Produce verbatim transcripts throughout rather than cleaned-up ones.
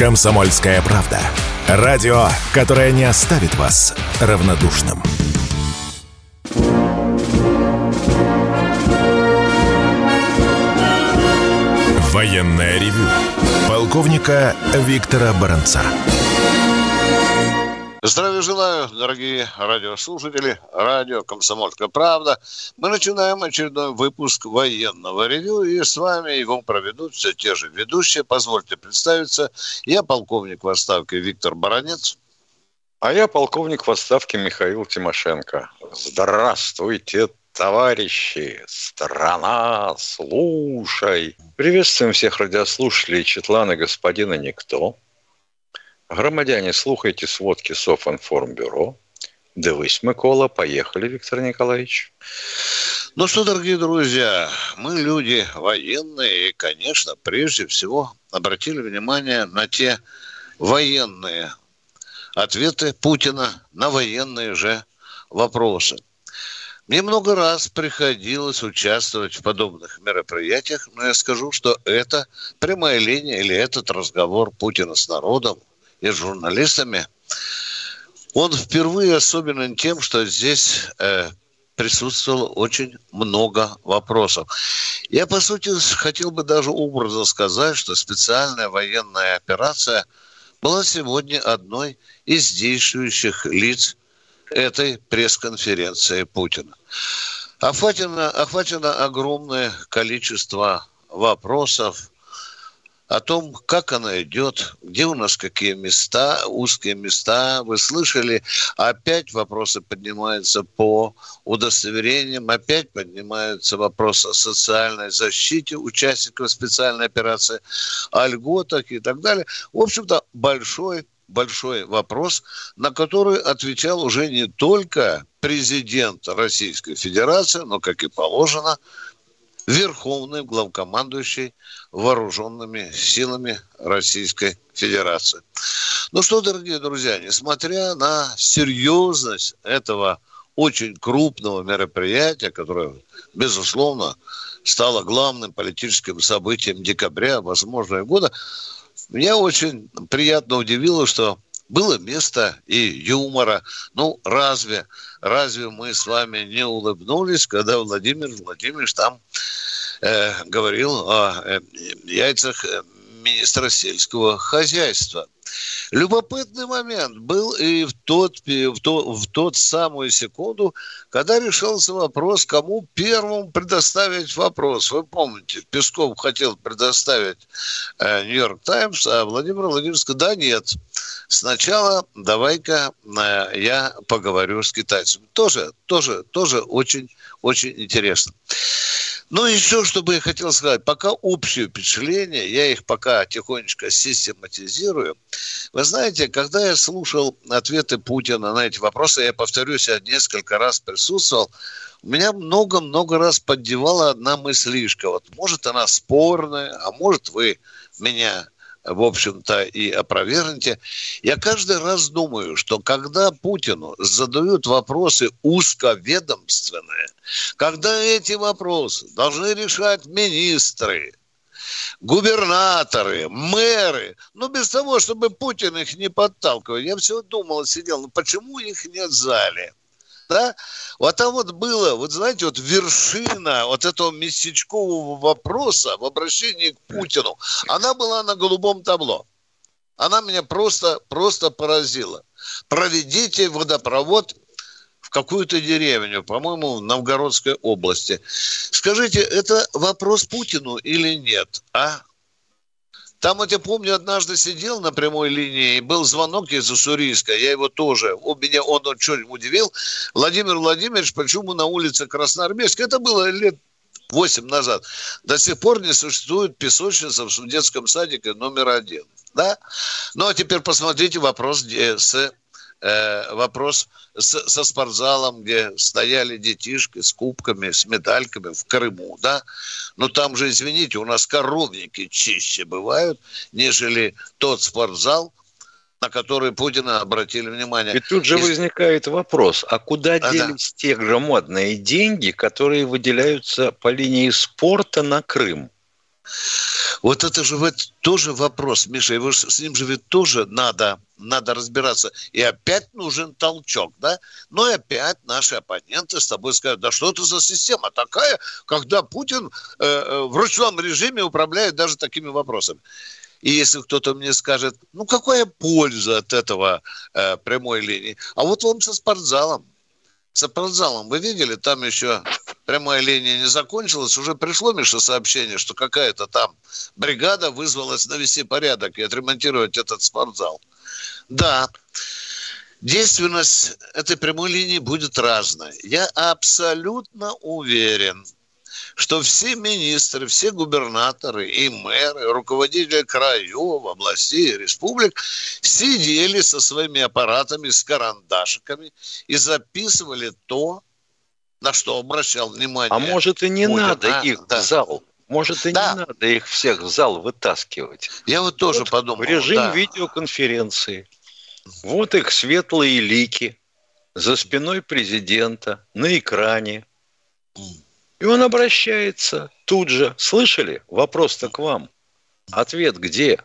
«Комсомольская правда». Радио, которое не оставит вас равнодушным. Военное ревю полковника Виктора Баранца. Здравия желаю, дорогие радиослушатели, радио «Комсомольская правда». Мы начинаем очередной выпуск военного ревю, и с вами его проведут все те же ведущие. Позвольте представиться. Я полковник в отставке Виктор Баранец. А я полковник в отставке Михаил Тимошенко. Здравствуйте, товарищи! Страна, слушай! Приветствуем всех радиослушателей Четлана господина Никто. Громадяне, слухайте сводки Софинформбюро. Дивись, Микола. Поехали, Виктор Николаевич. Ну что, дорогие друзья, мы люди военные и, конечно, прежде всего обратили внимание на те военные ответы Путина на военные же вопросы. Мне много раз приходилось участвовать в подобных мероприятиях, но я скажу, что это прямая линия или этот разговор Путина с народом и с журналистами, он впервые особенен тем, что здесь э, присутствовало очень много вопросов. Я, по сути, хотел бы даже образно сказать, что специальная военная операция была сегодня одной из действующих лиц этой пресс-конференции Путина. Охвачено, охвачено огромное количество вопросов о том, как она идет, где у нас какие места, узкие места. Вы слышали, опять вопросы поднимаются по удостоверениям, опять поднимаются вопросы о социальной защите участников специальной операции, о льготах и так далее. В общем-то, большой большой вопрос, на который отвечал уже не только президент Российской Федерации, но, как и положено, верховный главкомандующий вооруженными силами Российской Федерации. Ну что, дорогие друзья, несмотря на серьезность этого очень крупного мероприятия, которое, безусловно, стало главным политическим событием декабря, возможно, и года, меня очень приятно удивило, что было место и юмора. Ну, разве, разве мы с вами не улыбнулись, когда Владимир Владимирович там э, говорил о э, яйцах министра сельского хозяйства? Любопытный момент был и в тот, в, то, в тот самую секунду, когда решался вопрос, кому первым предоставить вопрос. Вы помните, Песков хотел предоставить э, Нью-Йорк Таймс, а Владимир Владимирович сказал, да нет, сначала давай-ка э, я поговорю с китайцами. Тоже, тоже, тоже очень, очень интересно. Ну, еще, что бы я хотел сказать, пока общее впечатление, я их пока тихонечко систематизирую. Вы знаете, когда я слушал ответы Путина на эти вопросы, я повторюсь, я несколько раз присутствовал, у меня много-много раз поддевала одна мыслишка. Вот, может, она спорная, а может, вы меня, в общем-то, и опровергнете. Я каждый раз думаю, что когда Путину задают вопросы узковедомственные, когда эти вопросы должны решать министры, губернаторы, мэры, ну, без того, чтобы Путин их не подталкивал. Я все думал, сидел, ну, почему их нет в зале? Да? Вот там вот было, вот знаете, вот вершина вот этого местечкового вопроса в обращении к Путину, она была на голубом табло. Она меня просто, просто поразила. Проведите водопровод в какую-то деревню, по-моему, в Новгородской области. Скажите, это вопрос Путину или нет, а? Там, вот я помню, однажды сидел на прямой линии, и был звонок из Уссурийска, я его тоже, у меня он очень удивил. Владимир Владимирович, почему на улице Красноармейской, это было лет восемь назад, до сих пор не существует песочница в детском садике номер один. Да? Ну, а теперь посмотрите вопрос с... вопрос с, со спортзалом, где стояли детишки с кубками, с медальками в Крыму, да? Но там же, извините, у нас коровники чище бывают, нежели тот спортзал, на который Путина обратили внимание. И тут же И... возникает вопрос, а куда а, делись да. те громадные деньги, которые выделяются по линии спорта на Крым? Вот это же вот тоже вопрос, Миша, его с ним же ведь тоже надо, надо разбираться. И опять нужен толчок, да? Но и опять наши оппоненты с тобой скажут, да что это за система такая, когда Путин э, в ручном режиме управляет даже такими вопросами. И если кто-то мне скажет, ну какая польза от этого э, прямой линии? А вот вам со спортзалом. Со спортзалом вы видели, там еще прямая линия не закончилась, уже пришло, Миша, сообщение, что какая-то там бригада вызвалась навести порядок и отремонтировать этот спортзал. Да, действенность этой прямой линии будет разная. Я абсолютно уверен, что все министры, все губернаторы и мэры, руководители краев, областей, республик сидели со своими аппаратами, с карандашиками и записывали то, на что обращал внимание. А может и не Путин. надо а, их да. в зал. Может и да. не надо их всех в зал вытаскивать. Я вот тоже вот подумал. В режим да. видеоконференции. Вот их светлые лики за спиной президента на экране. И он обращается тут же. Слышали? Вопрос-то к вам. Ответ где?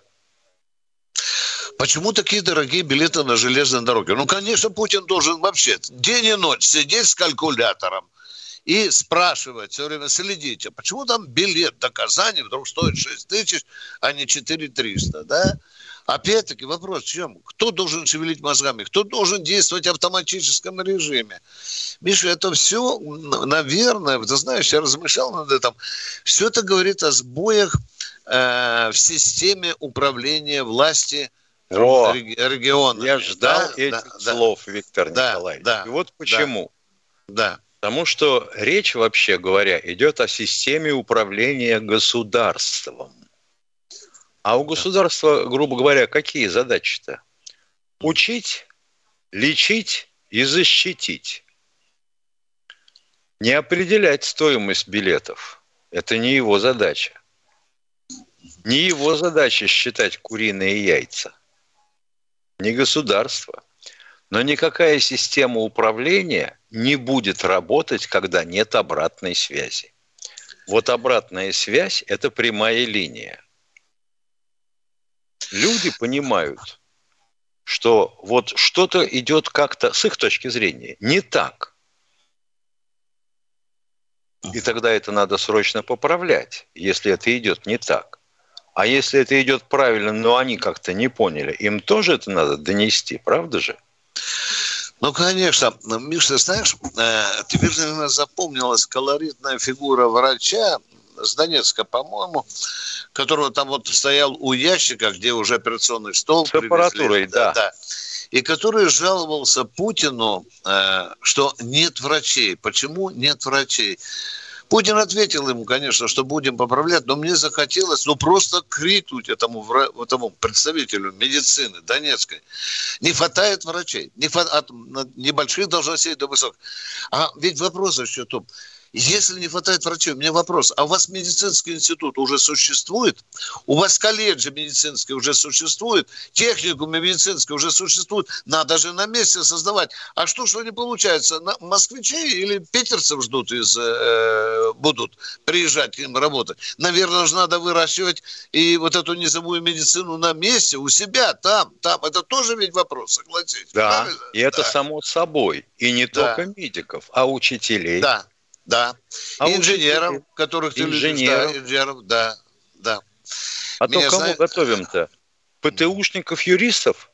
Почему такие дорогие билеты на железной дороге? Ну, конечно, Путин должен вообще день и ночь сидеть с калькулятором и спрашивать, все время следите, почему там билет до Казани вдруг стоит шесть тысяч, а не четыре триста, да? Опять-таки вопрос в чем? Кто должен шевелить мозгами? Кто должен действовать в автоматическом режиме? Миша, это все, наверное, ты знаешь, я размышлял над этим, все это говорит о сбоях э, в системе управления власти О, региона. Я ждал да, этих да, слов, Виктор да, Николаевич. Да, И вот почему. Да. да. Потому что речь, вообще говоря, идет о системе управления государством. А у государства, грубо говоря, какие задачи-то? Учить, лечить и защитить. Не определять стоимость билетов. Это не его задача. Не его задача считать куриные яйца. Не государство. Но никакая система управления не будет работать, когда нет обратной связи. Вот обратная связь – это прямая линия. Люди понимают, что вот что-то идет как-то, с их точки зрения, не так. И тогда это надо срочно поправлять, если это идет не так. А если это идет правильно, но они как-то не поняли, им тоже это надо донести, правда же? Ну, конечно. Миша, ты знаешь, тебе, наверное, запомнилась колоритная фигура врача с Донецка, по-моему, которого там вот стоял у ящика, где уже операционный стол. С аппаратурой, да. да. И который жаловался Путину, что нет врачей. Почему нет врачей? Путин ответил ему, конечно, что будем поправлять, но мне захотелось, ну, просто крикнуть этому, этому представителю медицины Донецкой. Не хватает врачей. Не хватает, от небольших должностей до высоких. А ведь вопрос еще в том, если не хватает врачей, у меня вопрос, а у вас медицинский институт уже существует? У вас колледжи медицинские уже существуют? Техникумы медицинские уже существуют? Надо же на месте создавать. А что, что не получается? Москвичей или питерцев ждут из, э, будут приезжать к ним работать? Наверное же надо выращивать и вот эту низовую медицину на месте, у себя, там, там. Это тоже ведь вопрос, согласитесь. Да, правильно? и это да. само собой. И не да. только медиков, а учителей. Да. Да, а и инженеров, учителей. Которых ты инженеров. любишь, да, инженеров, да, да. А Меня, то кого знает... готовим-то? ПТУшников, юристов?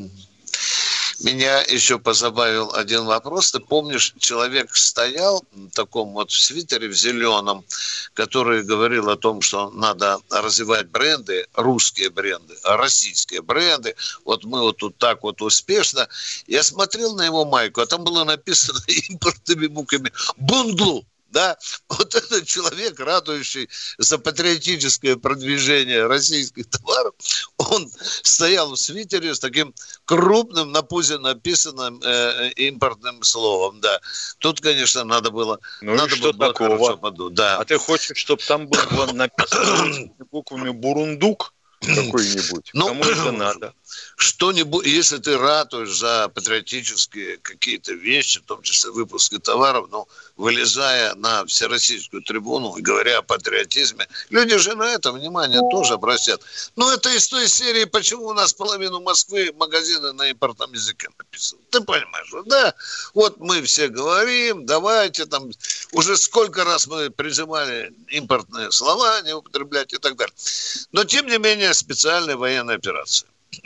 Меня еще позабавил один вопрос. Ты помнишь, человек стоял в таком вот в свитере в зеленом, который говорил о том, что надо развивать бренды, русские бренды, российские бренды. Вот мы вот тут так вот успешно. Я смотрел на его майку, а там было написано импортными буквами «Бундлу». Да, вот этот человек, радующий за патриотическое продвижение российских товаров, он стоял в свитере с таким крупным на пузе написанным э, импортным словом, да. Тут, конечно, надо было... Ну надо и что было такого? Подуть, да. А ты хочешь, чтобы там было написано буквами «Бурундук»? какой-нибудь. Ну, кому это надо? Что-нибудь, если ты ратуешь за патриотические какие-то вещи, в том числе выпуски товаров, ну, вылезая на всероссийскую трибуну и говоря о патриотизме, люди же на это внимание тоже обратят. Но это из той серии, почему у нас половину Москвы магазины на импортном языке написаны. Ты понимаешь, да? Вот мы все говорим, давайте там, уже сколько раз мы призывали импортные слова не употреблять и так далее. Но, тем не менее, специальная военная операция.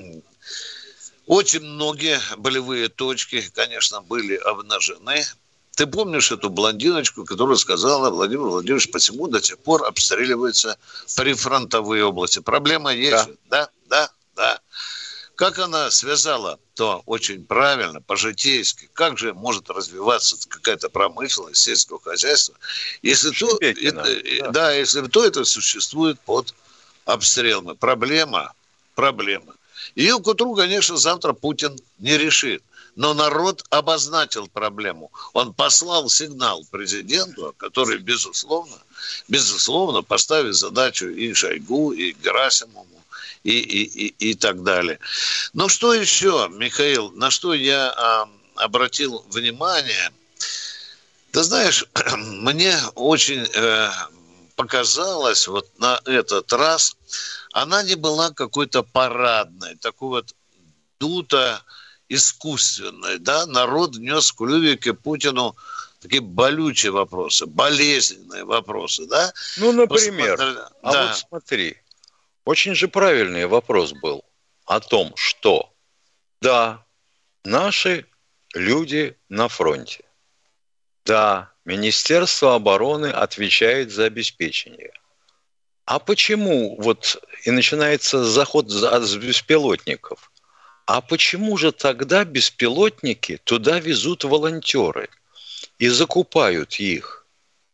Очень многие болевые точки, конечно, были обнажены. Ты помнишь эту блондиночку, которая сказала: Владимир Владимирович, почему до сих пор обстреливаются прифронтовые области? Проблема есть? Да, да, да. да. Как она связала, то очень правильно, по-житейски. Как же может развиваться какая-то промышленность, сельское хозяйство, если то, это, да. Да, если то это существует под обстрелами? Проблема, проблема. Ее к утру, конечно, завтра Путин не решит. Но народ обозначил проблему. Он послал сигнал президенту, который, безусловно, безусловно поставит задачу и Шойгу, и Герасимову, и, и, и, и так далее. Но что еще, Михаил, на что я а, обратил внимание? Ты знаешь, мне очень э, показалось вот на этот раз, она не была какой-то парадной, такой вот дуто искусственной, да, народ внес к Клюевике Путину такие болючие вопросы, болезненные вопросы, да. Ну, например, Посмотри... а да. вот смотри, очень же правильный вопрос был о том, что, да, наши люди на фронте, да, Министерство обороны отвечает за обеспечение. А почему вот и начинается заход с беспилотников? А почему же тогда беспилотники туда везут волонтеры и закупают их?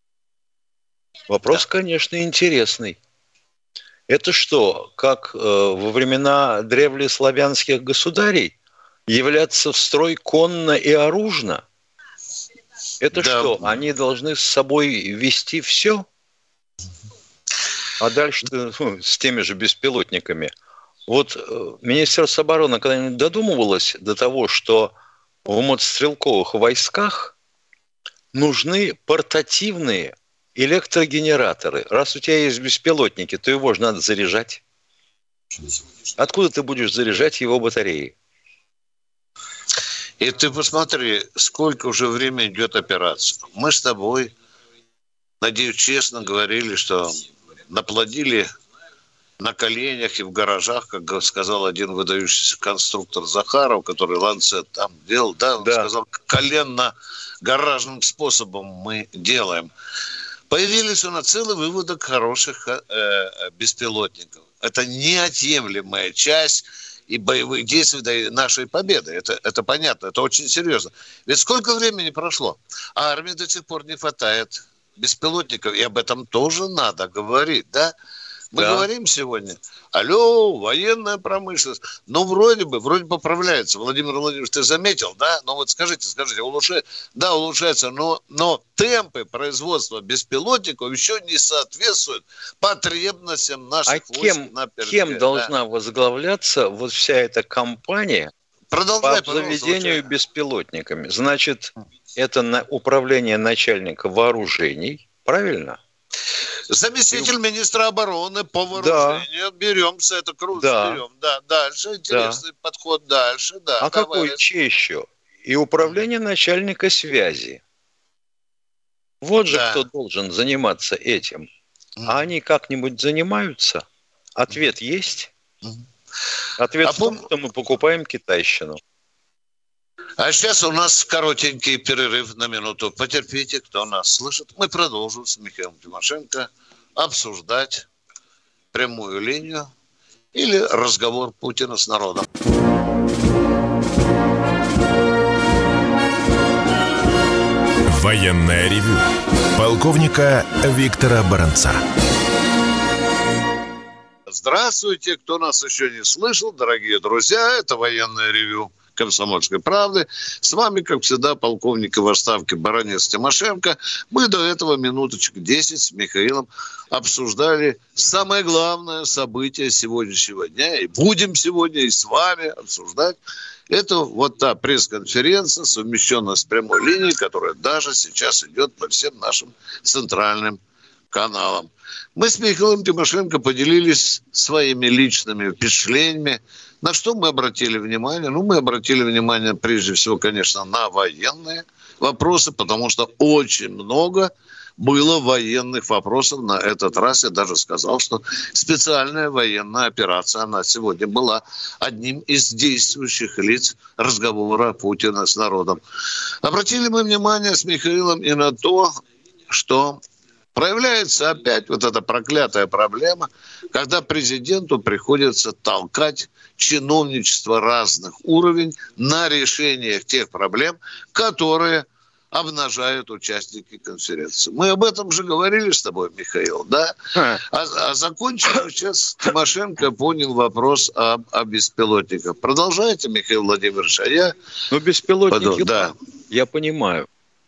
Вопрос, конечно, интересный. Это что, как э, во времена древлеславянских государей являться в строй конно и оружно? Это да. Что, они должны с собой вести все? А дальше ну, с теми же беспилотниками. Вот э, Министерство обороны когда-нибудь додумывалось до того, что в мотострелковых войсках нужны портативные электрогенераторы. Раз у тебя есть беспилотники, то его же надо заряжать. Откуда ты будешь заряжать его батареи? И ты посмотри, сколько уже времени идет операция. Мы с тобой, надеюсь, честно говорили, что наплодили на коленях и в гаражах, как сказал один выдающийся конструктор Захаров, который Ланцет там делал, да, он да. сказал, коленно-гаражным способом мы делаем. Появились у нас целый выводок хороших э, беспилотников. Это неотъемлемая часть и боевых действий нашей победы. Это, это понятно, это очень серьезно. Ведь сколько времени прошло? А армии до сих пор не хватает беспилотников, и об этом тоже надо говорить, да? Мы да. говорим сегодня, алло, военная промышленность. Ну, вроде бы, вроде поправляется. Владимир Владимирович, ты заметил, да? Ну, вот скажите, скажите, улучшается? Да, улучшается, но, но темпы производства беспилотников еще не соответствуют потребностям наших а войск кем, на передке. Кем должна да? возглавляться вот вся эта кампания Продолжай, по обзаведению беспилотниками? Значит, это на управление начальника вооружений, правильно? Заместитель министра обороны по вооружению. Да. Беремся, это круто. Да. Берем. Да. Дальше интересный да. подход. Дальше, да. А давай. Какой чей еще? И управление начальника связи. Вот же да. кто должен заниматься этим. Mm. А они как-нибудь занимаются? Ответ mm. есть? Mm. Ответ а в том, пом... что мы покупаем китайщину. А сейчас у нас коротенький перерыв на минуту. Потерпите, кто нас слышит. Мы продолжим с Михаилом Тимошенко обсуждать прямую линию или разговор Путина с народом. Военное ревю полковника Виктора Баранца. Здравствуйте, кто нас еще не слышал, дорогие друзья. Это Военное ревю «Комсомольской правды». С вами, как всегда, полковник в отставке Баранец Тимошенко. Мы до этого минуточек десять с Михаилом обсуждали самое главное событие сегодняшнего дня. И будем сегодня и с вами обсуждать. Это вот та пресс-конференция, совмещенная с прямой линией, которая даже сейчас идет по всем нашим центральным каналам. Мы с Михаилом Тимошенко поделились своими личными впечатлениями. На что мы обратили внимание? Ну, мы обратили внимание, прежде всего, конечно, на военные вопросы, потому что очень много было военных вопросов на этот раз. Я даже сказал, что специальная военная операция, она сегодня была одним из действующих лиц разговора Путина с народом. Обратили мы внимание с Михаилом и на то, что проявляется опять вот эта проклятая проблема, когда президенту приходится толкать чиновничество разных уровней на решениях тех проблем, которые обнажают участники конференции. Мы об этом же говорили с тобой, Михаил, да? А, а закончим сейчас. Тимошенко понял вопрос об, о беспилотниках. Продолжайте, Михаил Владимирович, а я... Ну, беспилотники, Подо... да. я понимаю.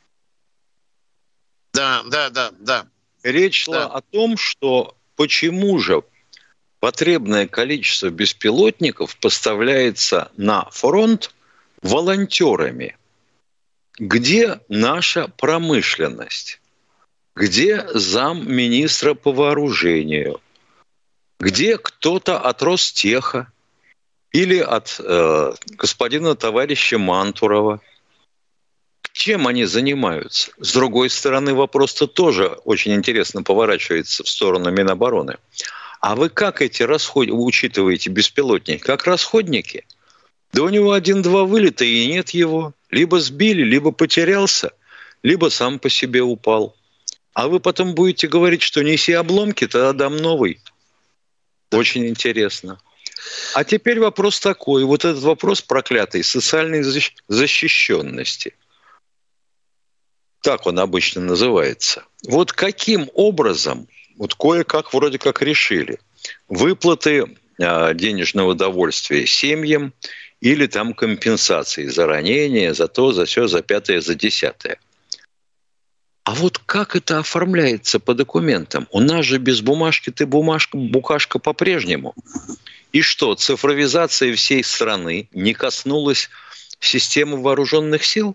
Да, да, да, да. Речь шла да. о том, что почему же потребное количество беспилотников поставляется на фронт волонтерами. Где наша промышленность? Где замминистра по вооружению? Где кто-то от Ростеха или от э, господина товарища Мантурова? Чем они занимаются? С другой стороны, вопрос-то тоже очень интересно поворачивается в сторону Минобороны. А вы как эти расход... учитываете беспилотники? Как расходники? Да у него один-два вылета, и нет его. Либо сбили, либо потерялся, либо сам по себе упал. А вы потом будете говорить, что неси обломки, тогда дам новый. Очень интересно. А теперь вопрос такой. Вот этот вопрос проклятый социальной защищенности. Так он обычно называется. Вот каким образом, вот кое-как вроде как решили, выплаты а, денежного удовольствия семьям или там компенсации за ранение, за то, за все, за пятое, за десятое. А вот как это оформляется по документам? У нас же без бумажки ты бумажка, букашка по-прежнему. И что, цифровизация всей страны не коснулась системы вооруженных сил?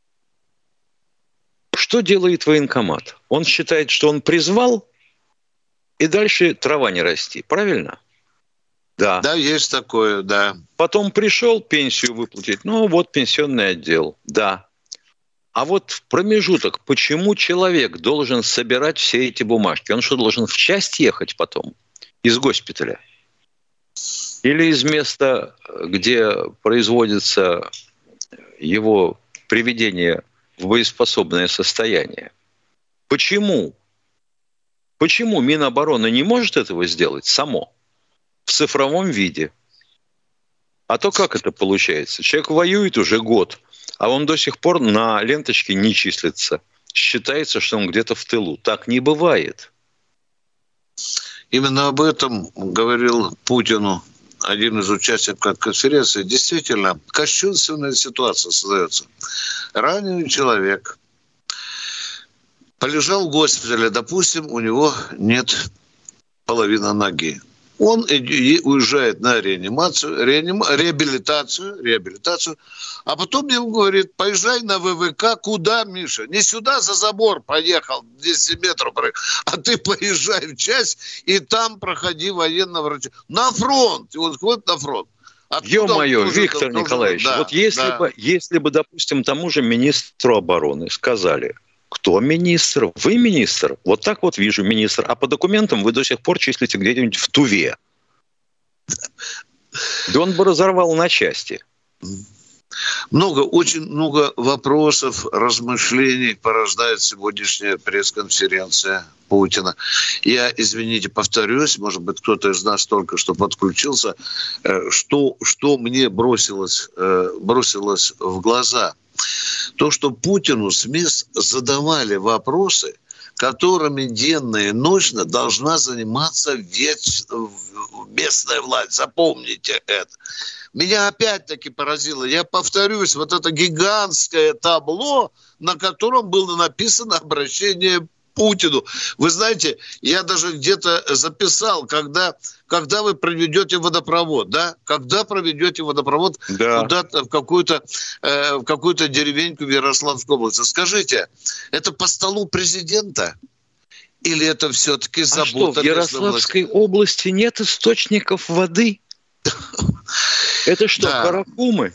Что делает военкомат? Он считает, что он призвал, и дальше трава не расти. Правильно? Да. Да, есть такое, да. Потом пришел пенсию выплатить. Ну, вот пенсионный отдел. Да. А вот в промежуток, почему человек должен собирать все эти бумажки? Он что, должен в часть ехать потом? Из госпиталя? Или из места, где производится его приведение в боеспособное состояние? Почему? Почему Минобороны не может этого сделать само? В цифровом виде. А то как это получается? Человек воюет уже год, а он до сих пор на ленточке не числится. Считается, что он где-то в тылу. Так не бывает. Именно об этом говорил Путину один из участников конференции. Действительно, кощунственная ситуация создается. Раненый человек полежал в госпитале, допустим, у него нет половины ноги. Он уезжает на реанимацию, реаним... реабилитацию, реабилитацию, а потом ему говорит, поезжай на ВВК. Куда, Миша? Не сюда за забор поехал, десять метров, а ты поезжай в часть и там проходи военного врача. На фронт. И он ходит на фронт. Ё-моё, Виктор должен... Николаевич, да, вот если, да. бы, если бы, допустим, тому же министру обороны сказали, кто министр? Вы министр. Вот так вот вижу министр. А по документам вы до сих пор числите где-нибудь в Туве. Да он бы разорвал на части. Много, очень много вопросов, размышлений порождает сегодняшняя пресс-конференция Путина. Я, извините, повторюсь, может быть, кто-то из нас только что подключился, что, что мне бросилось, бросилось в глаза. То, что Путину СМИ задавали вопросы, которыми денно и ночно должна заниматься местная власть. Запомните это. меня опять-таки поразило, я повторюсь, вот это гигантское табло, на котором было написано обращение Путину. Вы знаете, я даже где-то записал, когда, когда вы проведете водопровод, да? Когда проведете водопровод да. куда-то в какую-то, э, в какую-то деревеньку в Ярославской области. Скажите, это по столу президента? Или это все-таки забота? А что, в Ярославской области нет источников воды? Это что, Каракумы?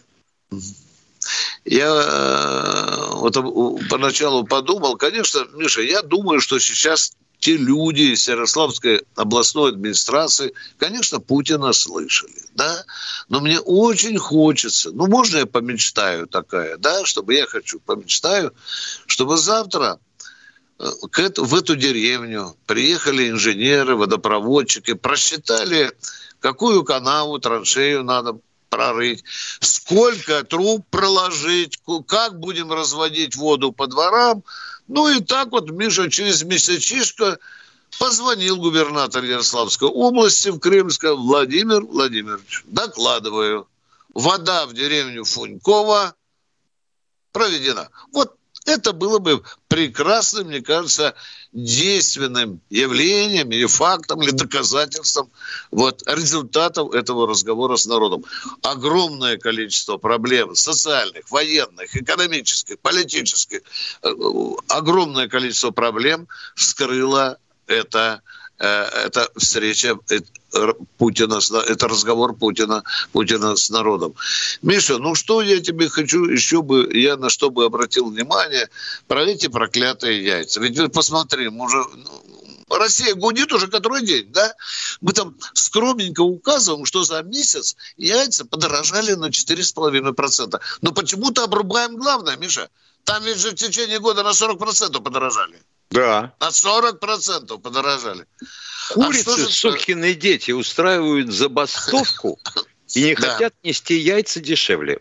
Я вот поначалу подумал, конечно, Миша, я думаю, что сейчас те люди из Ярославской областной администрации, конечно, Путина слышали, да, но мне очень хочется, ну, можно я помечтаю такая, да, чтобы я хочу, помечтаю, чтобы завтра к эту, в эту деревню приехали инженеры, водопроводчики, просчитали, какую канаву, траншею надо прорыть, сколько труб проложить, как будем разводить воду по дворам. Ну и так вот, Миша, через месячишко позвонил губернатор Ярославской области в Крымское: Владимир Владимирович, докладываю, вода в деревню Фунькова проведена. Вот это было бы прекрасным, мне кажется, действенным явлением или фактом, или доказательством вот, результатов этого разговора с народом. Огромное количество проблем социальных, военных, экономических, политических, огромное количество проблем вскрыла эта, эта встреча Путина, это разговор Путина, Путина с народом. Миша, ну что я тебе хочу, еще бы, я на что бы обратил внимание, про эти проклятые яйца. Ведь вы посмотри, мы уже, ну, Россия гудит уже который день, да? Мы там скромненько указываем, что за месяц яйца подорожали на четыре с половиной процента. Но почему-то обрубаем главное, Миша. Там ведь же в течение года на сорок процентов подорожали. Да. На сорок процентов подорожали. Курицы, а сукины дети, устраивают забастовку и не да. хотят нести яйца дешевле.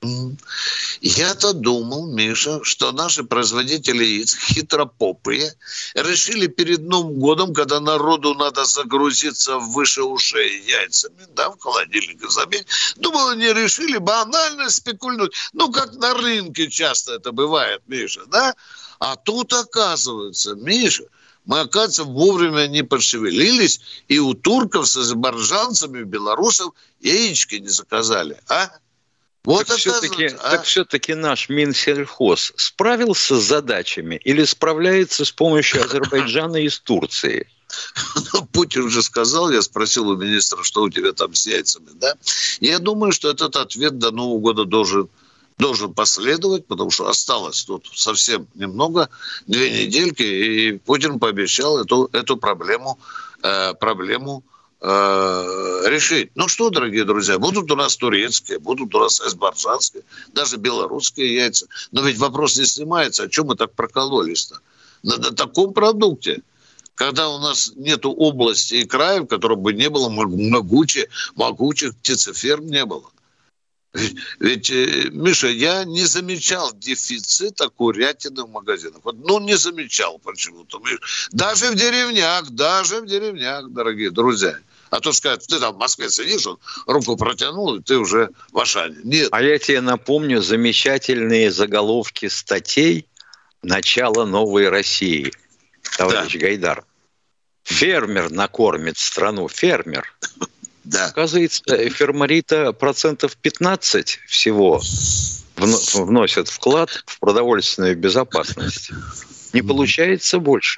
Я-то думал, Миша, что наши производители яиц хитропопые решили перед Новым годом, когда народу надо загрузиться выше ушей яйцами, да, в холодильник забить. Думал, они решили банально спекульнуть. Ну, как на рынке часто это бывает, Миша, да? А тут, оказывается, Миша, мы, оказывается, вовремя не подшевелились, и у турков с азербайджанцами, у белорусов яички не заказали, а? Вот так, все-таки, а? так все-таки наш Минсельхоз справился с задачами или справляется с помощью Азербайджана и с Турции? Ну, Путин уже сказал, я спросил у министра, что у тебя там с яйцами, да? Я думаю, что этот ответ до Нового года должен, должен последовать, потому что осталось тут совсем немного, две недельки, и Путин пообещал эту, эту проблему, э, проблему решить. Ну что, дорогие друзья, будут у нас турецкие, будут у нас азербайджанские, даже белорусские яйца. Но ведь вопрос не снимается, о чем мы так прокололись-то? На, на таком продукте, когда у нас нету области и краев, в котором бы не было могучих, могучих птицеферм, не было. Ведь, ведь, Миша, я не замечал дефицита курятины в магазинах. Вот, ну, не замечал почему-то. Даже в деревнях, даже в деревнях, дорогие друзья. А то скажут, ты там в Москве сидишь, он руку протянул, и ты уже в Ашане. Нет. А я тебе напомню замечательные заголовки статей «Начало новой России», товарищ да. Гайдар. Фермер накормит страну. Фермер. Да. Оказывается, фермерита процентов пятнадцать всего вносят вклад в продовольственную безопасность. Не получается больше.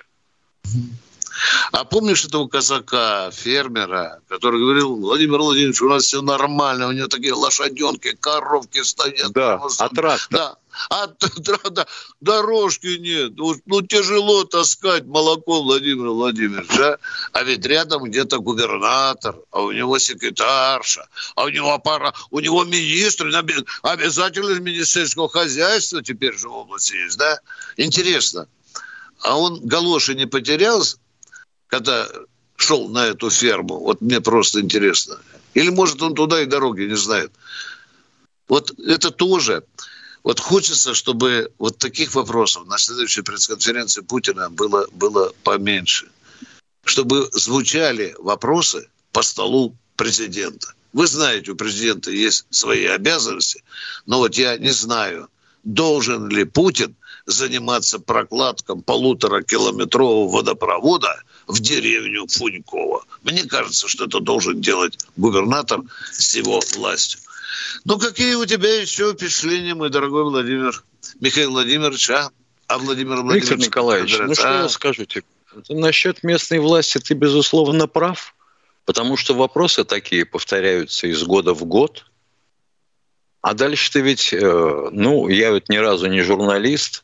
А помнишь этого казака, фермера, который говорил: Владимир Владимирович, у нас все нормально, у него такие лошаденки, коровки стоят. Да, а трактор? Да. А да, дорожки нет. Ну, тяжело таскать молоко, Владимир Владимирович, а? А ведь рядом где-то губернатор, а у него секретарша, а у него пара, у него министр, обязательно из министерского хозяйства теперь же в области есть, да? Интересно. А он галоши не потерялся, когда шел на эту ферму? Вот мне просто интересно. Или, может, он туда и дороги не знает. Вот это тоже... Вот хочется, чтобы вот таких вопросов на следующей пресс-конференции Путина было, было поменьше. Чтобы звучали вопросы по столу президента. Вы знаете, у президента есть свои обязанности, но вот я не знаю, должен ли Путин заниматься прокладкой полуторакилометрового водопровода в деревню Фуньково. Мне кажется, что это должен делать губернатор с его властью. Ну, какие у тебя еще впечатления, мой дорогой Владимир Михаил Владимирович, а? А Владимир Владимирович... Виктор Николаевич, ну что а? я скажу тебе? Насчет местной власти ты, безусловно, прав, потому что вопросы такие повторяются из года в год. А дальше-то ведь, ну, я ведь ни разу не журналист,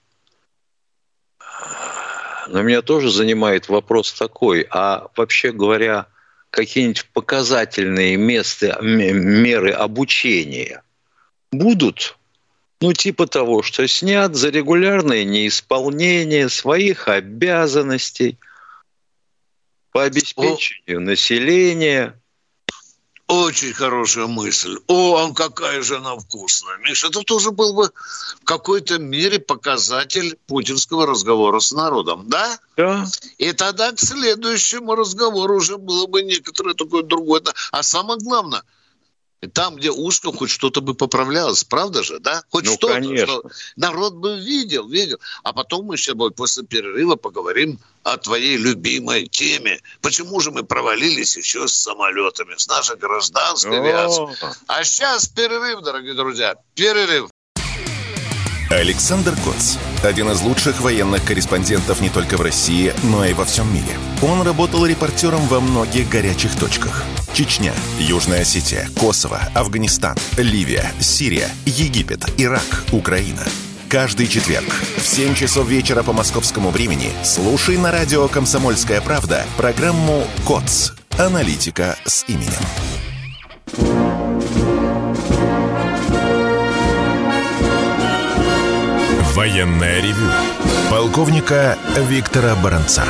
но меня тоже занимает вопрос такой, а вообще говоря, какие-нибудь показательные места, меры обучения будут? Ну, типа того, что снят за регулярное неисполнение своих обязанностей по обеспечению О, населения. Очень хорошая мысль. О, какая же она вкусная. Миша, это тоже был бы в какой-то мере показатель путинского разговора с народом, да? Да. И тогда к следующему разговору уже было бы некоторое такое другое. А самое главное, там, где узко, хоть что-то бы поправлялось, правда же, да? Хоть ну, что-то, конечно. что народ бы видел, видел. А потом мы с тобой после перерыва поговорим о твоей любимой теме. Почему же мы провалились еще с самолетами, с нашей гражданской авиацией? А сейчас перерыв, дорогие друзья, перерыв. Александр Коц. Один из лучших военных корреспондентов не только в России, но и во всем мире. Он работал репортером во многих горячих точках. Чечня, Южная Осетия, Косово, Афганистан, Ливия, Сирия, Египет, Ирак, Украина. Каждый четверг в семь часов вечера по московскому времени слушай на радио «Комсомольская правда» программу «Коц. Аналитика с именем». Военное ревю полковника Виктора Баранца.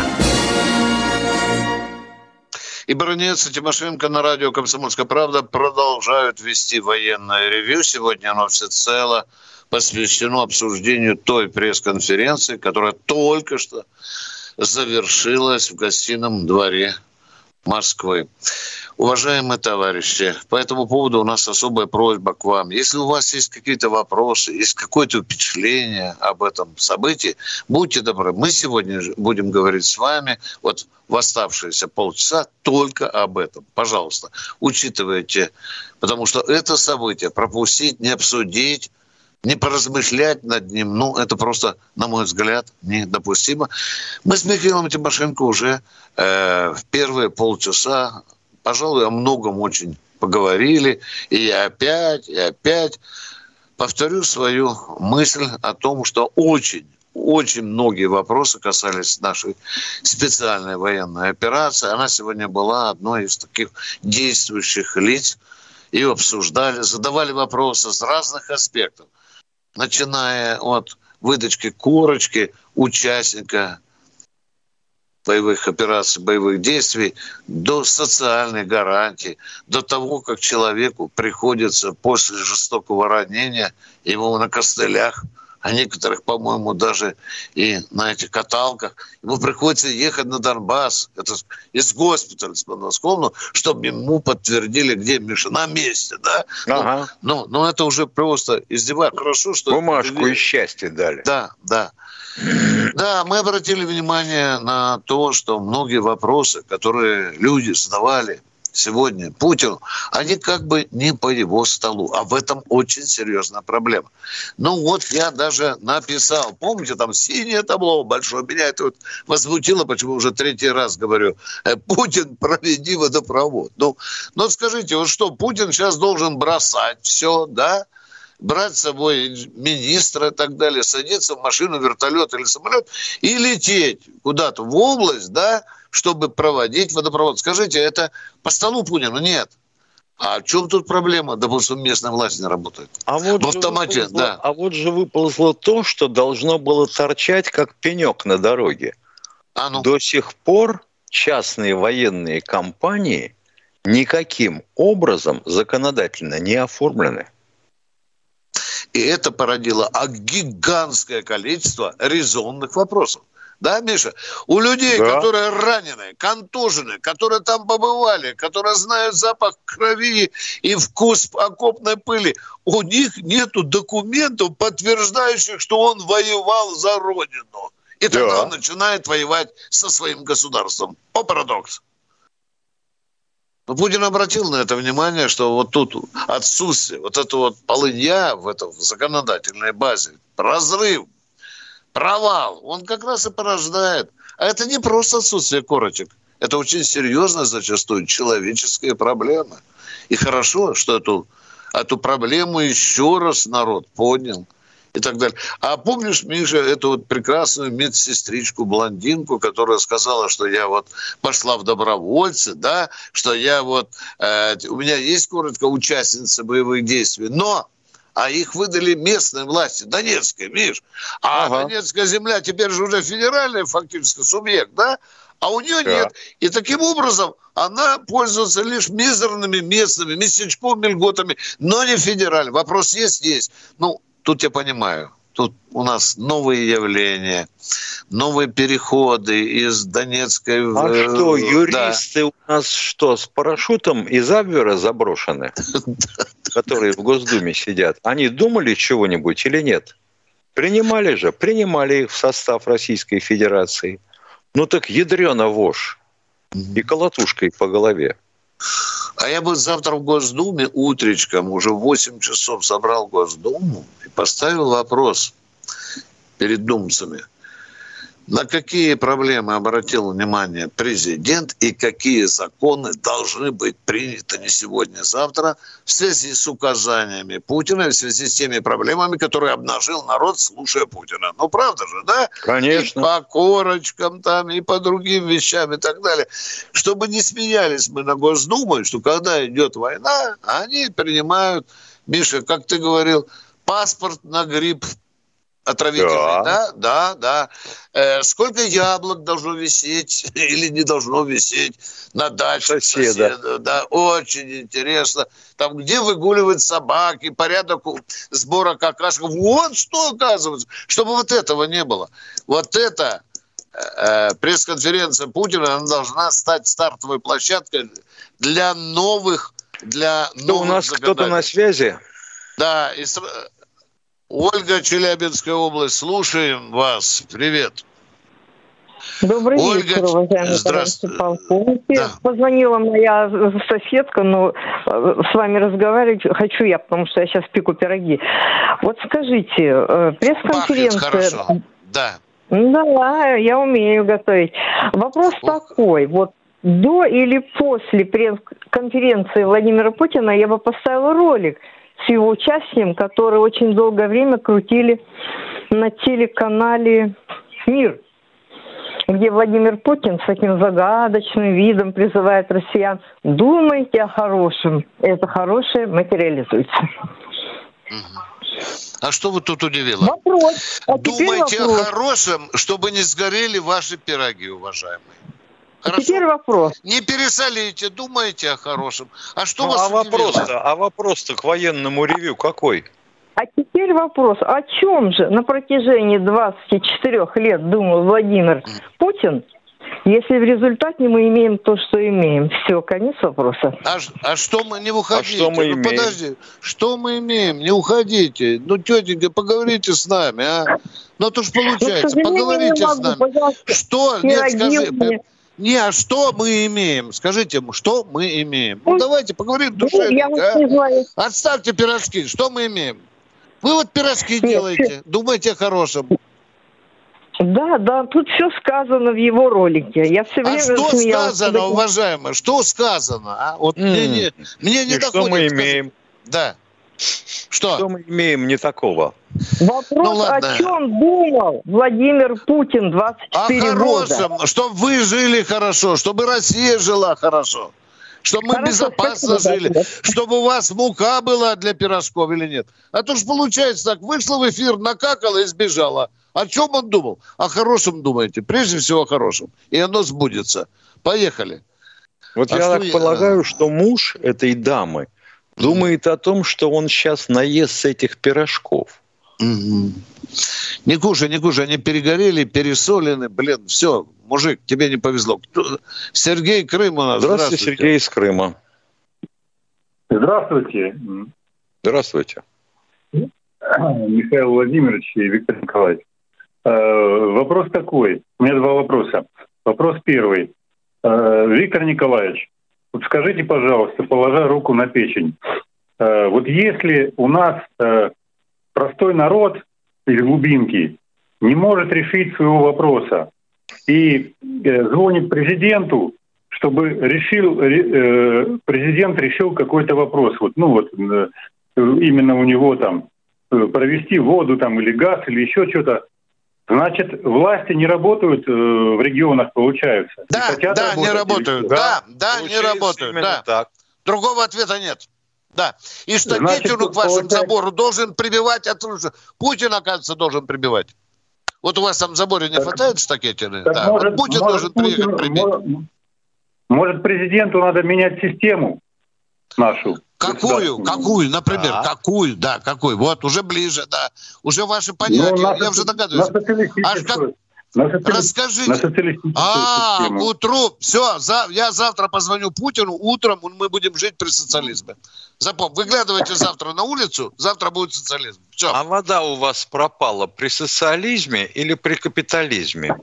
И Баранец, и Тимошенко на радио «Комсомольская правда» продолжают вести военное ревью. Сегодня оно всецело посвящено обсуждению той пресс-конференции, которая только что завершилась в Гостином дворе Москвы. Уважаемые товарищи, по этому поводу у нас особая просьба к вам. Если у вас есть какие-то вопросы, есть какое-то впечатление об этом событии, будьте добры. Мы сегодня будем говорить с вами вот в оставшиеся полчаса только об этом. Пожалуйста, учитывайте, потому что это событие пропустить, не обсудить, не поразмышлять над ним, ну, это просто, на мой взгляд, недопустимо. Мы с Михаилом Тимошенко уже э, в первые полчаса, пожалуй, о многом очень поговорили. И я опять, и опять повторю свою мысль о том, что очень, очень многие вопросы касались нашей специальной военной операции. Она сегодня была одной из таких действующих лиц. Ее обсуждали, задавали вопросы с разных аспектов. Начиная от выдачки корочки участника боевых операций, боевых действий, до социальной гарантии, до того, как человеку приходится после жестокого ранения ему на костылях, а некоторых, по-моему, даже и на этих каталках, ему приходится ехать на Донбасс, это из госпиталя с подмосковным, чтобы ему подтвердили, где Миша, на месте, да? Ага. Ну, ну, ну, это уже просто издевательство. Хорошо, что... Бумажку и счастье дали. Да, да. Да, мы обратили внимание на то, что многие вопросы, которые люди задавали сегодня Путину, они как бы не по его столу. А в этом очень серьезная проблема. Ну вот я даже написал, помните, там синее табло большое, меня это вот возмутило, почему уже третий раз говорю, Путин, проведи водопровод. Ну, ну скажите, вот что, Путин сейчас должен бросать все, да? Брать с собой министра и так далее, садиться в машину, вертолет или самолет и лететь куда-то в область, да, чтобы проводить водопровод. Скажите, это по столу Путина? Нет. А в чем тут проблема? Допустим, местная власть не работает. А вот в автомате, выползло, да. А вот же выползло то, что должно было торчать как пенек на дороге. А ну. До сих пор частные военные компании никаким образом законодательно не оформлены. И это породило гигантское количество резонных вопросов. Да, Миша? У людей, да. которые ранены, контужены, которые там побывали, которые знают запах крови и вкус окопной пыли, у них нету документов, подтверждающих, что он воевал за Родину. И тогда да. он начинает воевать со своим государством. О, парадокс. Но Путин обратил на это внимание, что вот тут отсутствие, вот это вот полынья в этом законодательной базе, разрыв, провал, он как раз и порождает. А это не просто отсутствие корочек. Это очень серьезная зачастую человеческая проблема. И хорошо, что эту, эту проблему еще раз народ понял. И так далее. А помнишь, Миша, эту вот прекрасную медсестричку-блондинку, которая сказала, что я вот пошла в добровольцы, да, что я вот, э, у меня есть коротко участница боевых действий, но, а их выдали местные власти, Донецкая, Миш, а ага. Донецкая земля теперь же уже федеральный фактически субъект, да, а у нее да. нет. И таким образом она пользуется лишь мизерными местными местечковыми льготами, но не федеральными. Вопрос есть, есть. Ну, тут я понимаю, тут у нас новые явления, новые переходы из Донецкой в... А что, юристы да. у нас что, с парашютом из Абвера заброшены, которые в Госдуме сидят? Они думали чего-нибудь или нет? Принимали же, принимали их в состав Российской Федерации. Ну так ядрёна вошь и колотушкой по голове. А я бы завтра в Госдуме утречком уже в восемь часов собрал Госдуму и поставил вопрос перед думцами, на какие проблемы обратил внимание президент и какие законы должны быть приняты не сегодня, а завтра в связи с указаниями Путина, в связи с теми проблемами, которые обнажил народ, слушая Путина. Ну, правда же, да? Конечно. И по корочкам там, и по другим вещам и так далее. Чтобы не смеялись мы на Госдуму, что когда идет война, они принимают, Миша, как ты говорил, паспорт на грипп отравительный, да, да, да. да. Э, сколько яблок должно висеть или не должно висеть на даче соседа. соседа. Да, очень интересно. Там, где выгуливают собаки, порядок сбора какашек. Вот что оказывается. Чтобы вот этого не было. Вот это э, пресс-конференция Путина, она должна стать стартовой площадкой для новых, для что новых у нас кто-то на связи? Да, и Ольга, Челябинская область, слушаем вас. Привет. Добрый Ольга, вечер, уважаемые товарищи полковники. Да. Позвонила моя соседка, но с вами разговаривать хочу я, потому что я сейчас пеку пироги. Вот скажите, пресс-конференция... Пахнет хорошо, да. Да, я умею готовить. Вопрос Ух. такой, вот до или после пресс-конференции Владимира Путина я бы поставила ролик с его участием, который очень долгое время крутили на телеканале «Мир», где Владимир Путин с таким загадочным видом призывает россиян: думайте о хорошем, это хорошее материализуется. А что вы тут удивило? Вопрос. А думайте вопрос. о хорошем, чтобы не сгорели ваши пироги, уважаемые. Хорошо? Теперь вопрос. Не пересолите, думайте о хорошем. А что ну, вас а вопрос-то, а вопрос-то к военному ревью какой? А теперь вопрос, о чем же на протяжении двадцати четырёх лет думал Владимир mm. Путин, если в результате мы имеем то, что имеем? Все, конец вопроса. А, а что мы не уходите? А что мы ну, имеем? Подожди, что мы имеем? Не уходите. Ну, тетенька, поговорите с нами, а? Ну, то ж получается, ну, поговорите с нами. Пожалуйста, что? Нет, скажи... Мне. Не, а что мы имеем? Скажите, что мы имеем? Ну, давайте поговорим душевненько. Ну, а? Отставьте пирожки. Что мы имеем? Вы вот пирожки Нет, делаете. Все... Думайте о хорошем. Да, да, тут все сказано в его ролике. Я все время а что смеялась, сказано, когда... уважаемые? Что сказано? А? Вот mm. мне не, мне не И доходит. Что мы имеем? Да. Что? Что мы имеем не такого? Вопрос, ну, о чем думал Владимир Путин двадцать четыре года? О хорошем, чтобы вы жили хорошо, чтобы Россия жила хорошо, чтобы мы хорошо, безопасно жили, да. чтобы у вас мука была для пирожков или нет. А то ж получается так, вышла в эфир, накакала и сбежала. О чем он думал? О хорошем думаете, прежде всего о хорошем. И оно сбудется. Поехали. Вот а я так я... полагаю, что муж этой дамы думает о том, что он сейчас наестся этих пирожков. Угу. Не кушай, не кушай, они перегорели, пересолены, блин, все, мужик, тебе не повезло. Сергей, Крым у нас. Здравствуйте, Здравствуйте. Сергей из Крыма. Здравствуйте. Здравствуйте. Михаил Владимирович и Виктор Николаевич. Вопрос такой. У меня два вопроса. Вопрос первый. Виктор Николаевич, вот скажите, пожалуйста, положа руку на печень, вот если у нас простой народ из глубинки не может решить своего вопроса и звонит президенту, чтобы решил президент решил какой-то вопрос, вот, ну вот именно у него там провести воду там или газ или еще что-то. Значит, власти не работают э, в регионах, получается. Да, да, не работают. Да, да, да не работают. Да. Так. Другого ответа нет. Да. И Штакетину к вашему получается... забору должен прибивать отружие. Путин, оказывается, должен прибивать. Вот у вас там в заборе не так, хватает Штакетины? Да. Может, вот Путин может, должен приехать прибить. Может, может, президенту надо менять систему нашу? Какую? Какую? Например, а? какую? Да, какую? Вот, уже ближе, да. Уже ваши понятия, ну, я уже догадываюсь. Аж как... Расскажите. А, к утру. Все, за... я завтра позвоню Путину, утром мы будем жить при социализме. Запомните, выглядывайте завтра на улицу, завтра будет социализм. Все. А вода у вас пропала при социализме или при капитализме?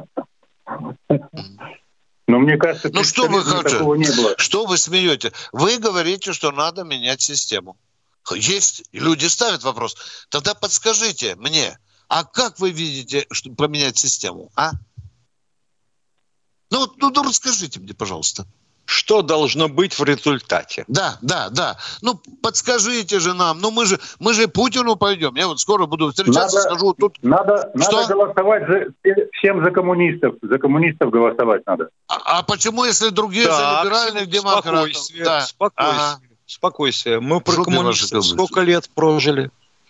Но мне кажется, ну что вы такого не было. Что вы смеете? Вы говорите, что надо менять систему. Есть люди ставят вопрос. Тогда подскажите мне, а как вы видите, что поменять систему, а? Ну, ну, ну расскажите мне, пожалуйста. Что должно быть в результате? Да, да, да. Ну, подскажите же нам. Ну, мы же, мы же Путину пойдем. Я вот скоро буду встречаться, надо, скажу тут. Надо, надо голосовать за, всем за коммунистов. За коммунистов голосовать надо. А, а почему, если другие так, за либеральных демократов? Спокойствие, да. спокойствие, ага. спокойствие. Мы про Шут коммунистов сколько лет прожили?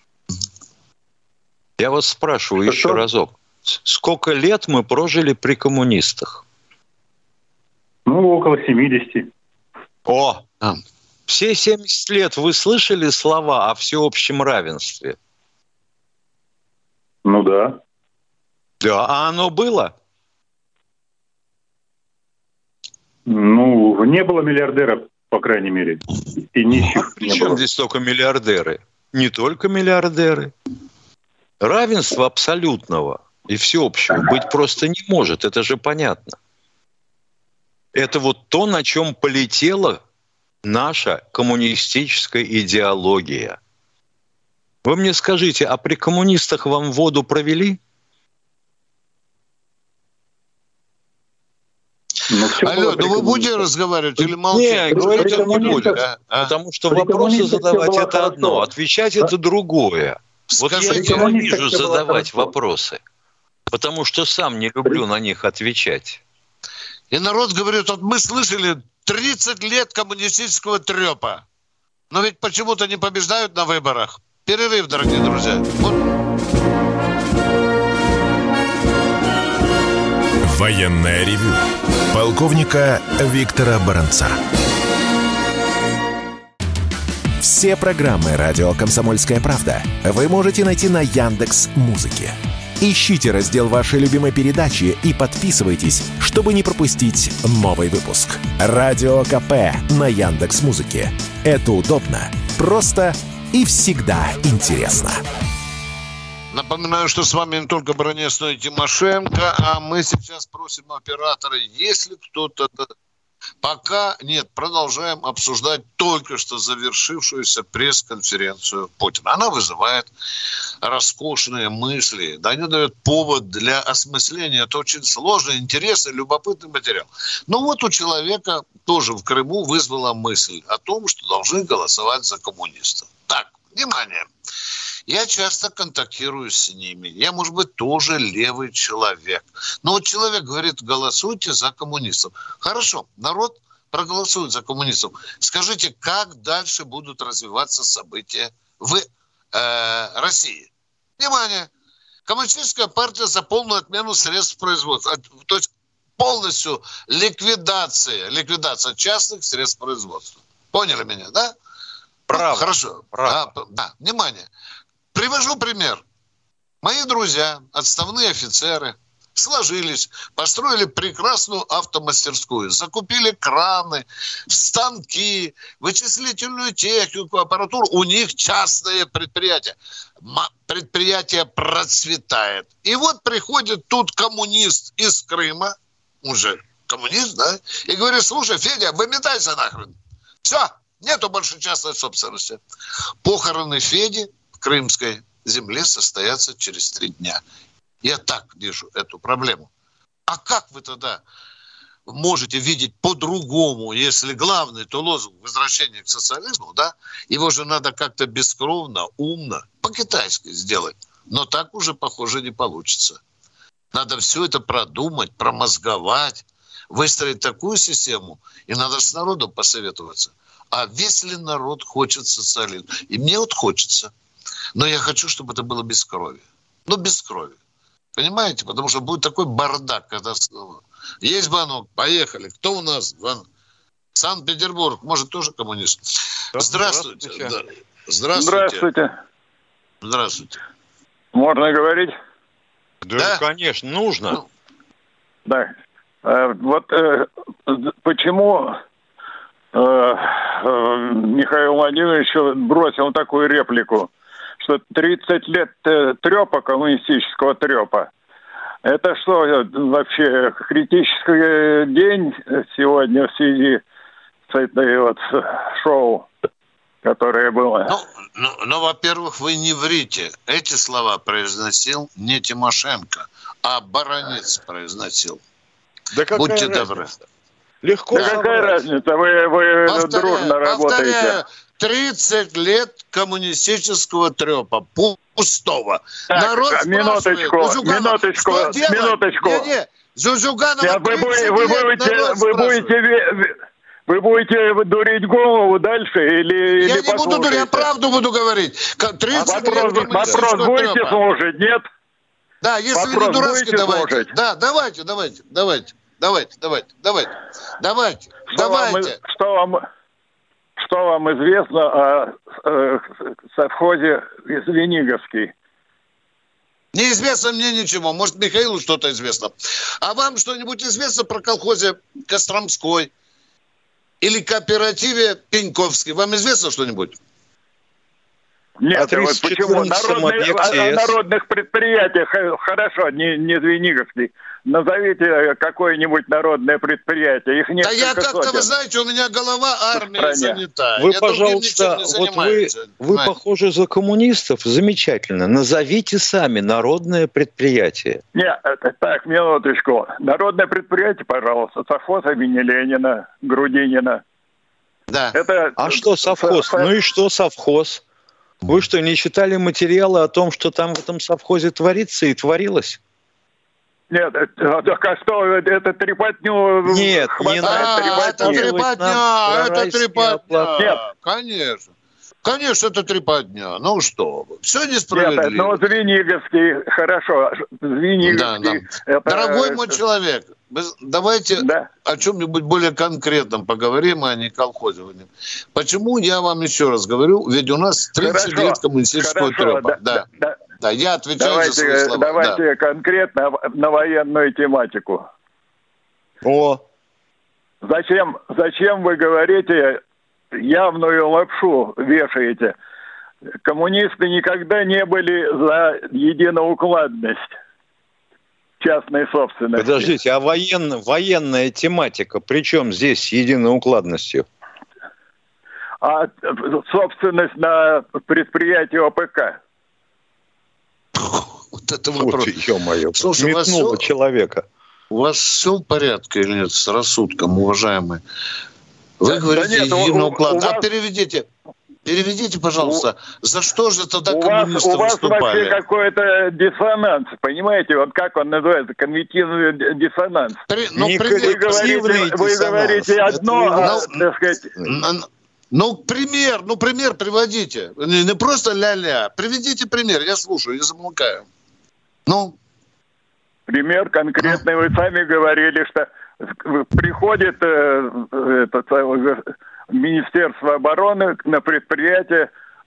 Я вас спрашиваю что? еще разок. Сколько лет мы прожили при коммунистах? Ну, около семидесяти. О! А. Все семьдесят лет вы слышали слова о всеобщем равенстве? Ну да. Да, а оно было? Ну, не было миллиардеров, по крайней мере. И нищих а при чем было. Здесь только миллиардеры? Не только миллиардеры. Равенства абсолютного и всеобщего быть просто не может, это же понятно. Это вот то, на чем полетела наша коммунистическая идеология. Вы мне скажите, а при коммунистах вам воду провели? Ну, Алло, ну вы будете разговаривать или молчать? Нет, говорить не будете. А? Потому что вопросы задавать это одно, отвечать это другое. Вот я ненавижу задавать вопросы, потому что сам не люблю на них отвечать. И народ говорит, вот мы слышали тридцать лет коммунистического трепа, но ведь почему-то не побеждают на выборах. Перерыв, дорогие друзья. Вот. Военное ревю полковника Виктора Баранца. Все программы «Радио Комсомольская правда» вы можете найти на Яндекс.Музыке. Ищите раздел вашей любимой передачи и подписывайтесь, чтобы не пропустить новый выпуск. Радио КП на Яндекс.Музыке. Это удобно, просто и всегда интересно. Напоминаю, что с вами не только Бронецкий и Тимошенко, а мы сейчас просим оператора, если кто-то... Пока нет, продолжаем обсуждать только что завершившуюся пресс-конференцию Путина. Она вызывает роскошные мысли, да, они дают повод для осмысления. Это очень сложный, интересный, любопытный материал. Но вот у человека тоже в Крыму вызвала мысль о том, что должны голосовать за коммунистов. Так, внимание. Я часто контактирую с ними. Я, может быть, тоже левый человек. Но вот человек говорит, голосуйте за коммунистов. Хорошо, народ проголосует за коммунистов. Скажите, как дальше будут развиваться события в э, России? Внимание! Коммунистическая партия за полную отмену средств производства. То есть полностью ликвидация, ликвидация частных средств производства. Поняли меня, да? Право. Хорошо. Право. Да, да, внимание. Привожу пример. Мои друзья, отставные офицеры, сложились, построили прекрасную автомастерскую, закупили краны, станки, вычислительную технику, аппаратуру. У них частное предприятие. Предприятие процветает. И вот приходит тут коммунист из Крыма, уже коммунист, да, и говорит: слушай, Федя, выметайся нахрен. Все, нету больше частной собственности. Похороны Феди в крымской земле состоятся через три дня. Я так вижу эту проблему. А как вы тогда можете видеть по-другому, если главный-то лозунг возвращения к социализму, да, его же надо как-то бескровно, умно, по-китайски сделать. Но так уже, похоже, не получится. Надо все это продумать, промозговать, выстроить такую систему, и надо с народом посоветоваться. А весь ли народ хочет социализм? И мне вот хочется. Но я хочу, чтобы это было без крови. Ну, без крови. Понимаете? Потому что будет такой бардак, когда снова. Есть звонок, поехали. Кто у нас? Звонок. Санкт-Петербург, может, тоже коммунист? Да, здравствуйте. Здравствуйте. Здравствуйте. Здравствуйте. Здравствуйте. Можно говорить? Да, да? Конечно, нужно. Ну. Да. Э, вот э, почему э, э, Михаил Владимирович бросил такую реплику, что тридцать лет э, трепа, коммунистического трепа. Это что, вообще критический день сегодня в связи с этой вот шоу, которое было? Ну, ну, ну, во-первых, вы не врите. Эти слова произносил не Тимошенко, а Баранец произносил. Да какая Будьте разница? добры. Легко. Да какая разница? Вы, вы повторяю, дружно работаете. Повторяю, тридцать лет коммунистического трепа. Пустого. Так, народ минуточку, минуточку, минуточку. Не-не, Зюзюганова Нет, вы, тридцать вы, лет будете, народ вы, будете, вы будете дурить голову дальше или, Я или не буду дурить, я правду буду говорить. тридцать вопрос, лет вопрос будете трепа. слушать, нет? Да, если вопрос вы не дурацкий, давайте. Слушать? Да, давайте, давайте, давайте. Давайте, давайте, давайте. Давайте, что давайте. Вам, что, вам, что вам известно о э, совхозе Звениговский? Неизвестно мне ничего. Может, Михаилу что-то известно. А вам что-нибудь известно про колхозе Костромской или кооперативе Пеньковский? Вам известно что-нибудь? Нет, вот почему? Народные, о, о народных предприятиях, хорошо, не, не Звениговский. Назовите какое-нибудь народное предприятие. Их да я как-то, сотен. Вы знаете, у меня голова армия занята. Вы, я пожалуйста, вот вы, вы похожи за коммунистов. Замечательно. Назовите сами народное предприятие. Нет, так, минуточку. Народное предприятие, пожалуйста, совхоз имени Ленина, Грудинина. Да. Это... А что совхоз? Со... Ну и что совхоз? Вы что, не читали материалы о том, что там в этом совхозе творится и творилось? Нет, так а что, это трепотню Нет, хватает? Не а, трепотни. это трепотня, это трепотня. Нет. Конечно. Конечно, это трепотня. Ну что, все несправедливо. Нет, ну Звениговский, хорошо, Звениговский. Да, да. Это... Дорогой мой человек, давайте да. о чем-нибудь более конкретном поговорим, а не колхозивании. Почему я вам еще раз говорю, ведь у нас тридцать лет коммунистического трепа. Да, да. Да. Да, я отвечаю давайте, за свои слова. Давайте да. конкретно на военную тематику. О. Зачем, зачем вы говорите, явную лапшу вешаете? Коммунисты никогда не были за единоукладность частной собственности. Подождите, а воен, военная тематика при чем здесь с единоукладностью? А собственность на предприятие ОПК. Вот это вопрос. Ё-моё, метнуло человека. У вас все в порядке или нет с рассудком, уважаемые? Вы да, говорите, да нет, единоукладно. А вас... переведите, переведите, пожалуйста, у... за что же тогда у коммунисты вас, у вас выступали? вообще какой-то диссонанс, понимаете? Вот как он называется? Когнитивный диссонанс. При... Ну, вы, говорите, вы говорите одно, это... а, ну, так сказать... Ну, пример, ну, пример приводите. Не, не просто ля-ля. Приведите пример, я слушаю, я замолкаю. Ну? Пример конкретный. Вы сами говорили, что приходит э, это, Министерство обороны на предприятие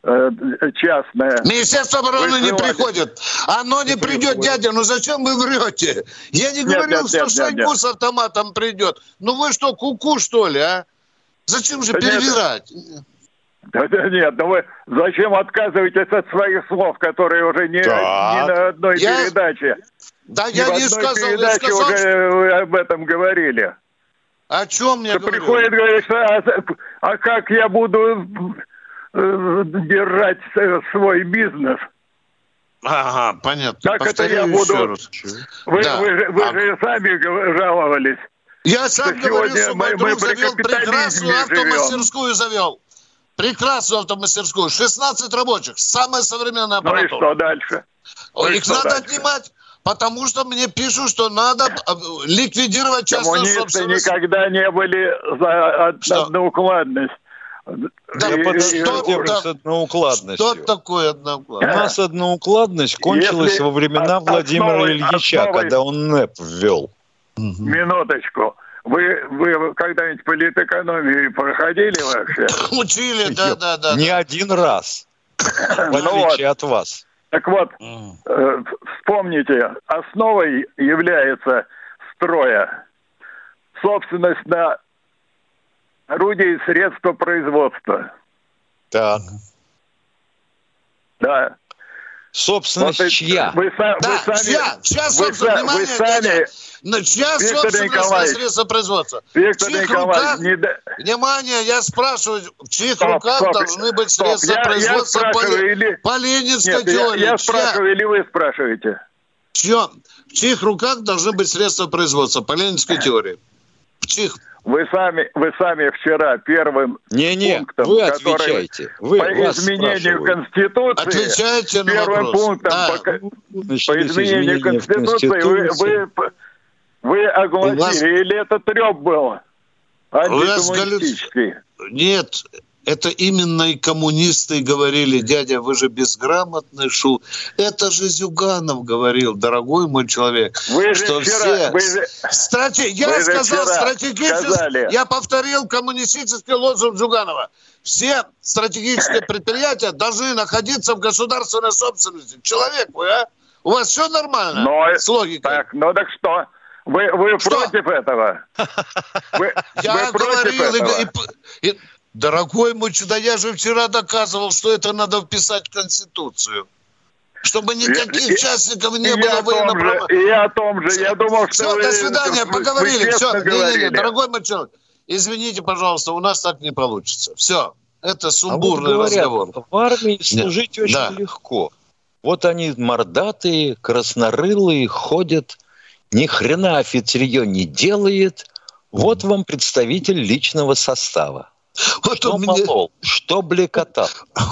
частное. Министерство обороны не приходит. Оно не, не придет, приходит. Дядя. Ну зачем вы врете? Я не нет, говорил, нет, что нет, Шойгу нет. с автоматом придет. Ну вы что, куку, что ли, а? Зачем же да перевирать? Да, да нет, ну вы зачем отказываетесь от своих слов, которые уже не, не на одной я... передаче? Да ни я не сказал. Я сказал, уже что... вы об этом говорили. О чем мне говорили? Приходит, говорит, а, а как я буду держать свой бизнес? Ага, понятно. Как Повторю это я буду? Вы, да. вы, вы, вы а... же сами жаловались. Я сам говорил, что мой друг завел прекрасную автомастерскую завел. Прекрасную автомастерскую. шестнадцать рабочих. Самая современная аппаратура. Ну и что дальше? Ну Их надо дальше? отнимать, потому что мне пишут, что надо ликвидировать частную Коммунисты собственность. Коммунисты никогда не были за что? одноукладность. Да, и, подожди, что, с одноукладностью. Что такое одноукладность? У нас одноукладность кончилась Если во времена Владимира основой, Ильича, основой... когда он НЭП ввел. Минуточку. Вы, вы когда-нибудь политэкономию проходили вообще? Учили, да, да, да. Не один раз, в отличие от вас. Так вот, вспомните, основой является строя собственность на орудия и средства производства. Так. Да. Собственность вот чья? Вы, да, вы сами, чья? Чья собственность? Внимание, вы сами, на чья собственность на средства производства? Виктор Николаевич, не... Внимание, я спрашиваю, в чьих стоп, руках стоп, должны быть средства стоп. производства я, я по, или... по ленинской Нет, теории? Я, я спрашиваю, или вы спрашиваете? Чье? В чьих руках должны быть средства производства по ленинской теории? В чьих? Вы сами, вы сами вчера первым не, не, пунктом, вы отвечаете. Вы, по изменению Конституции, отвечайте на первым вопрос. пунктом да. по, по изменению Конституции, Конституции. Вы, вы, вы огласили, вас... или это трёп был антикоммунистический? Нет, это именно и коммунисты говорили, дядя, вы же безграмотный шу. Это же Зюганов говорил, дорогой мой человек, вы что же вчера, все... Вы же, Страте... Я вы сказал стратегически, сказали. Я повторил коммунистический лозунг Зюганова. Все стратегические предприятия должны находиться в государственной собственности. Человек вы, а? У вас все нормально но, с логикой? Так, ну так что? Вы, вы против этого? Вы, я вы говорил... Против этого? И, и, Дорогой мой чудо, я же вчера доказывал, что это надо вписать в Конституцию. Чтобы никаких и, участников не и было военно-правовых. И я о том же. Я думал, что Все, вы, до свидания, вы, поговорили. Вы Все, не, не, не, дорогой мой человек, извините, пожалуйста, у нас так не получится. Все, это сумбурный а вот говорят, разговор. В армии служить Нет. очень да. легко. Вот они мордатые, краснорылые, ходят, ни хрена офицерье не делает. Вот вам представитель личного состава. Вот что меня... молол, что блекотал.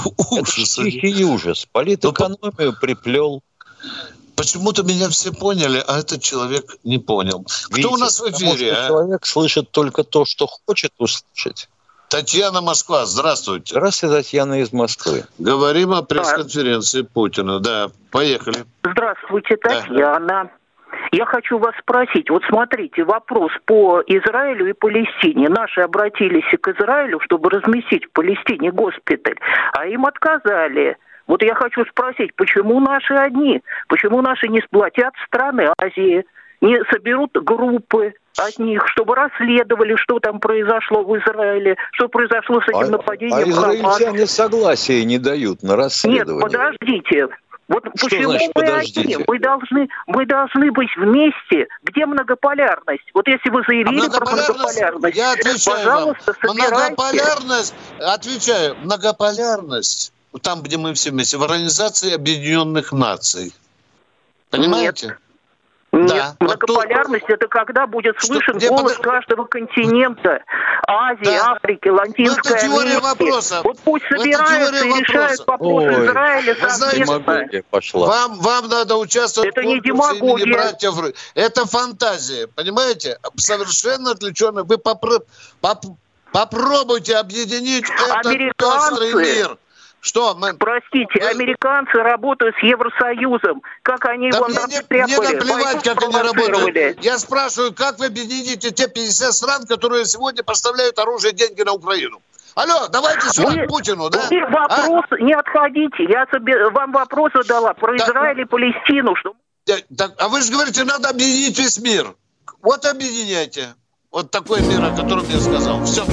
Ужас. Это тихий ужас. Политэкономию приплел. Почему-то меня все поняли, а этот человек не понял. Видите, кто у нас в эфире? А? Человек слышит только то, что хочет услышать. Татьяна, Москва, здравствуйте. Здравствуйте, Татьяна из Москвы. Говорим о пресс-конференции Путина. Да, поехали. Здравствуйте, Татьяна. Да. Я хочу вас спросить, вот смотрите, вопрос по Израилю и Палестине. Наши обратились к Израилю, чтобы разместить в Палестине госпиталь, а им отказали. Вот я хочу спросить, почему наши одни? Почему наши не сплотят страны Азии, не соберут группы от них, чтобы расследовали, что там произошло в Израиле, что произошло с этим а, нападением. А израильтяне согласия не дают на расследование. Нет, подождите. Вот что почему значит, мы подождите? одни? Мы должны, мы должны быть вместе. Где многополярность? Вот если вы заявили а про многополярность, я отвечаю пожалуйста, вам. Многополярность, отвечаю, многополярность, там, где мы все вместе, в Организации Объединенных Наций. Понимаете? Нет. Да. Нет, многополярность вот это когда будет слышен что, голос под... каждого континента. Азии, да. Африки, Латинской Америки. Вопроса. Вот пусть собираются и решают вопрос Израиля совместно. Вам, вам надо участвовать это в не демагогия. Братьев. Это фантазия, понимаете? Совершенно отвлеченно. Вы попро... поп... попробуйте объединить этот пестрый мир. Что, мы... Простите, мы... американцы работают с Евросоюзом. Как они да его мне, мне наплевать, как они работают. Я спрашиваю, как вы объедините те пятьдесят стран, которые сегодня поставляют оружие и деньги на Украину? Алло, давайте сюда Вы, к Путину, да? Вы вопрос, а? не отходите. Я себе, вам вопрос задала про да. Израиль и Палестину. Что... Да, да, а вы же говорите, надо объединить весь мир. Вот объединяйте. Вот такой мир, о котором я сказал. Все.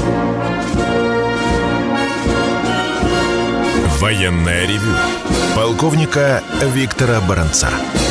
Военное ревю полковника Виктора Баранца.